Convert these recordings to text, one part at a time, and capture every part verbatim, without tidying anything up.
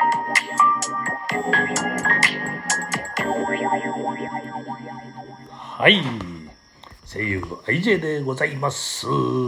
はい、声優 アイジェー でございます。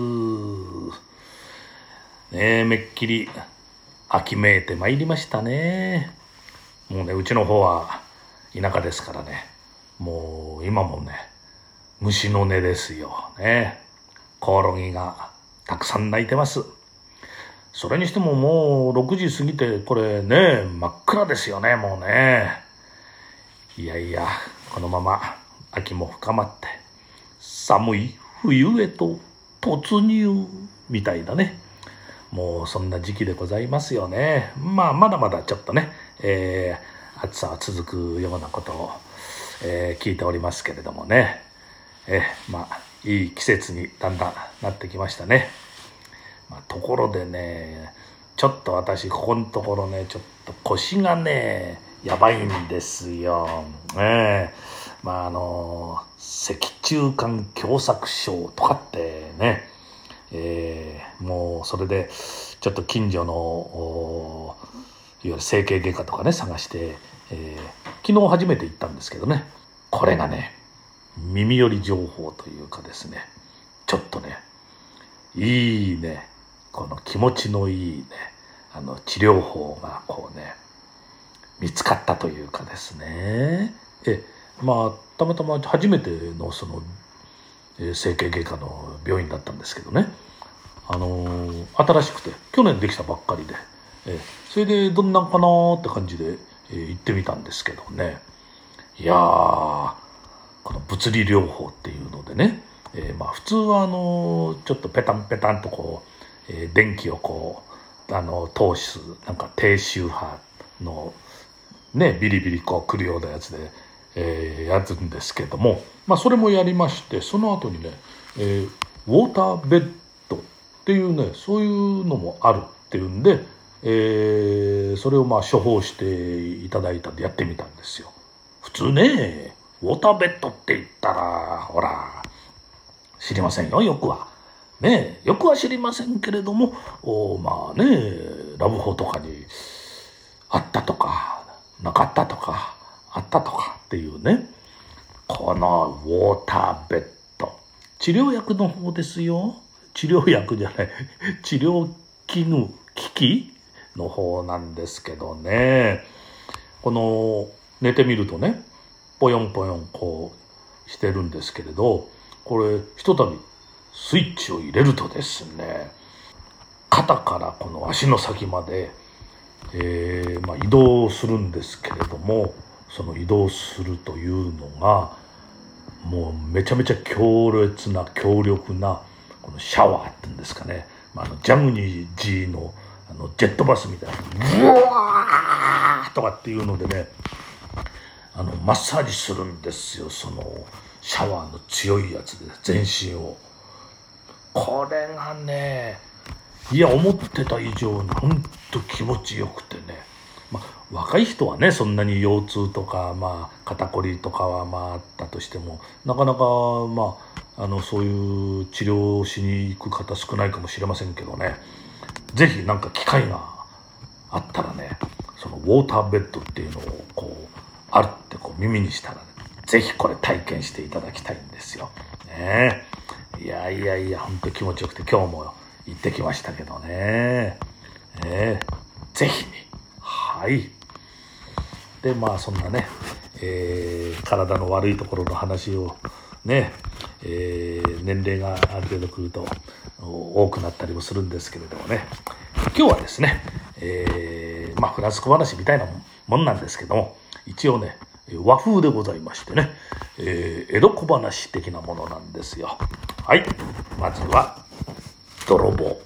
ねえ、めっきり秋めいてまいりましたね。もうね、うちの方は田舎ですからね、もう今もね、虫の音ですよね。コオロギがたくさん鳴いてます。それにしてももうろくじ過ぎて、これね、真っ暗ですよね、もうね。いやいや、このまま秋も深まって寒い冬へと突入みたいだね。もうそんな時期でございますよね。まあまだまだちょっとね、えー、暑さは続くようなことを、えー、聞いておりますけれどもね、えー、まあいい季節にだんだんなってきましたね。まあ、ところでね、ちょっと私ここのところね、ちょっと腰がねやばいんですよ。ねえ、まああの脊柱管狭窄症とかってね、えー、もうそれでちょっと近所のいわゆる整形外科とかね探して、えー、昨日初めて行ったんですけどね、これがね耳寄り情報というかですね、ちょっとねいいね、この気持ちのいいね、あの治療法がこうね見つかったというかですね、えまあたまたま初めてのその、えー、整形外科の病院だったんですけどね、あのー、新しくて去年できたばっかりで、えー、それでどんなんかなーって感じで、えー、行ってみたんですけどね、いやー、この物理療法っていうのでね、えー、まあ普通はあのー、ちょっとペタンペタンとこう、えー、電気をこうあの通すなんか低周波のねビリビリこうくるようなやつで、えー、やるんですけども、まあそれもやりまして、その後にね、えー、ウォーターベッドっていうね、そういうのもあるっていうんで、えー、それをまあ処方していただいたんでやってみたんですよ。普通ね、ウォーターベッドって言ったらほら知りませんよ、よくはね、よくは知りませんけれども、おまあね、ラブホとかにあったとかなかったとかあったとかっていうね、このウォーターベッド、治療薬の方ですよ。治療薬じゃない治療器具機器の方なんですけどね、この寝てみるとねポヨンポヨンこうしてるんですけれど、これひとたびスイッチを入れるとですね、肩からこの足の先まで、えーまあ、移動するんですけれども、その移動するというのがもうめちゃめちゃ強烈な強力なこのシャワーっていうんですかね、まあ、あのジャムニー G の, あのジェットバスみたいなブワーとかっていうのでね、あのマッサージするんですよ、そのシャワーの強いやつで全身を。これがね、いや思ってた以上にほんと気持ちよくてね、まあ、若い人はねそんなに腰痛とか、まあ、肩こりとかはまああったとしても、なかなか、まあ、あのそういう治療をしに行く方少ないかもしれませんけどね、ぜひなんか機会があったらね、そのウォーターベッドっていうのをこうあるってこう耳にしたら、ね、ぜひこれ体験していただきたいんですよ、ね、いやいやいや本当気持ちよくて、今日も行ってきましたけどね、えー、ぜひに、はい。でまあそんなね、えー、体の悪いところの話をね、えー、年齢がある程度来ると多くなったりもするんですけれどもね、今日はですね、えー、まあフランス小話みたいなもんなんですけども、一応ね和風でございましてね、えー、江戸小話的なものなんですよ。はい、まずは泥棒。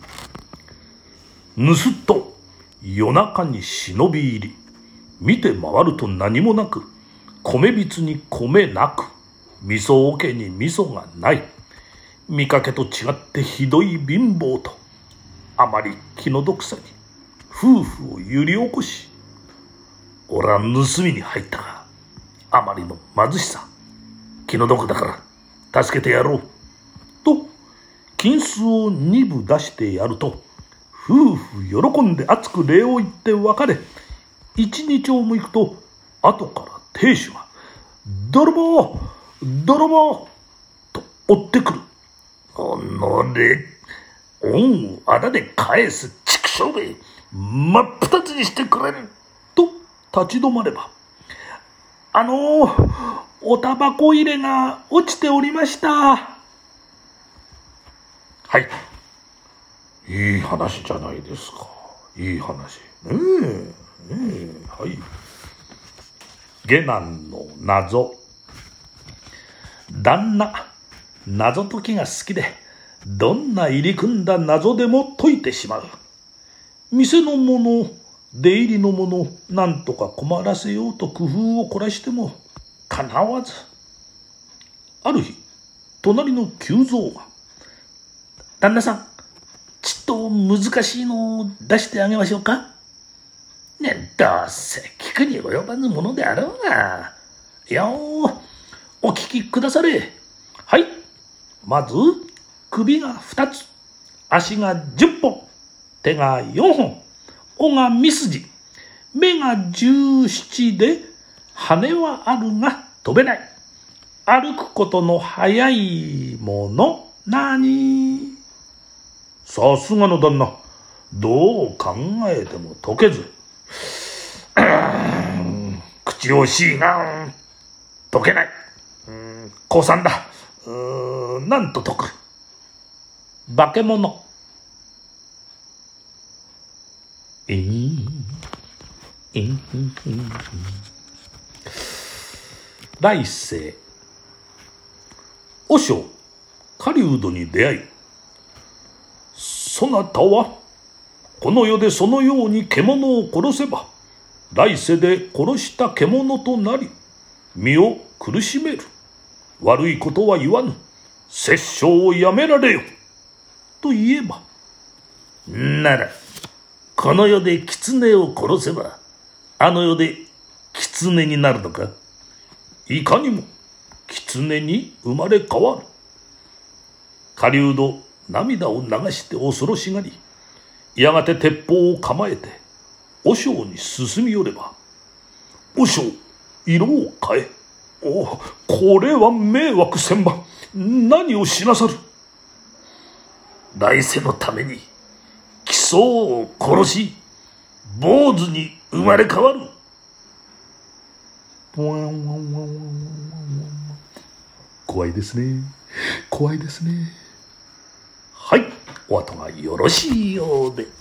盗っ人夜中に忍び入り、見て回ると何もなく、米びつに米なく、味噌桶に味噌がない、見かけと違ってひどい貧乏と、あまり気の毒さに夫婦を揺り起こし、俺は盗みに入ったが、あまりの貧しさ、気の毒だから助けてやろうと金子を二分出してやると、夫婦喜んで熱く礼を言って別れ、 一二丁も行くと、後から亭主が、泥棒泥棒と追ってくる。おのれ、恩をあだで返す畜生め、真っ二つにしてくれると立ち止まれば、あのー、おタバコ入れが落ちておりました。はい。いい話じゃないですか。いい話。ねえ、ねえ、はい。下男の謎。旦那、謎解きが好きで、どんな入り組んだ謎でも解いてしまう。店の者、出入りの者、なんとか困らせようと工夫を凝らしても、かなわず。ある日、隣の久蔵が、旦那さん、ちっと難しいのを出してあげましょうか。ね、どうせ聞くに及ばぬものであろうが。よー、お聞きくだされ。はい。まず、首が二つ、足が十本、手が四本、尾が三筋、目が十七で、羽はあるが飛べない。歩くことの早いもの、なに？さすがの旦那。どう考えても解けず。うーん、口惜しいが、解けない。うーん、降参だ。うーん、なんと解く。化け物。えー、えー、えー、来世、和尚、狩人に出会い、そなたは、この世でそのように獣を殺せば、来世で殺した獣となり、身を苦しめる。悪いことは言わぬ。殺生をやめられよ。と言えば、なら、この世で狐を殺せば、あの世で狐になるのか。いかにも狐に生まれ変わる。狩人、涙を流して恐ろしがり、やがて鉄砲を構えて、和尚に進み寄れば、和尚、色を変え、お、これは迷惑千万。何をしなさる。来世のために、木曽を殺し、坊主に生まれ変わる。怖いですね。怖いですね。はい、お後がよろしいようで。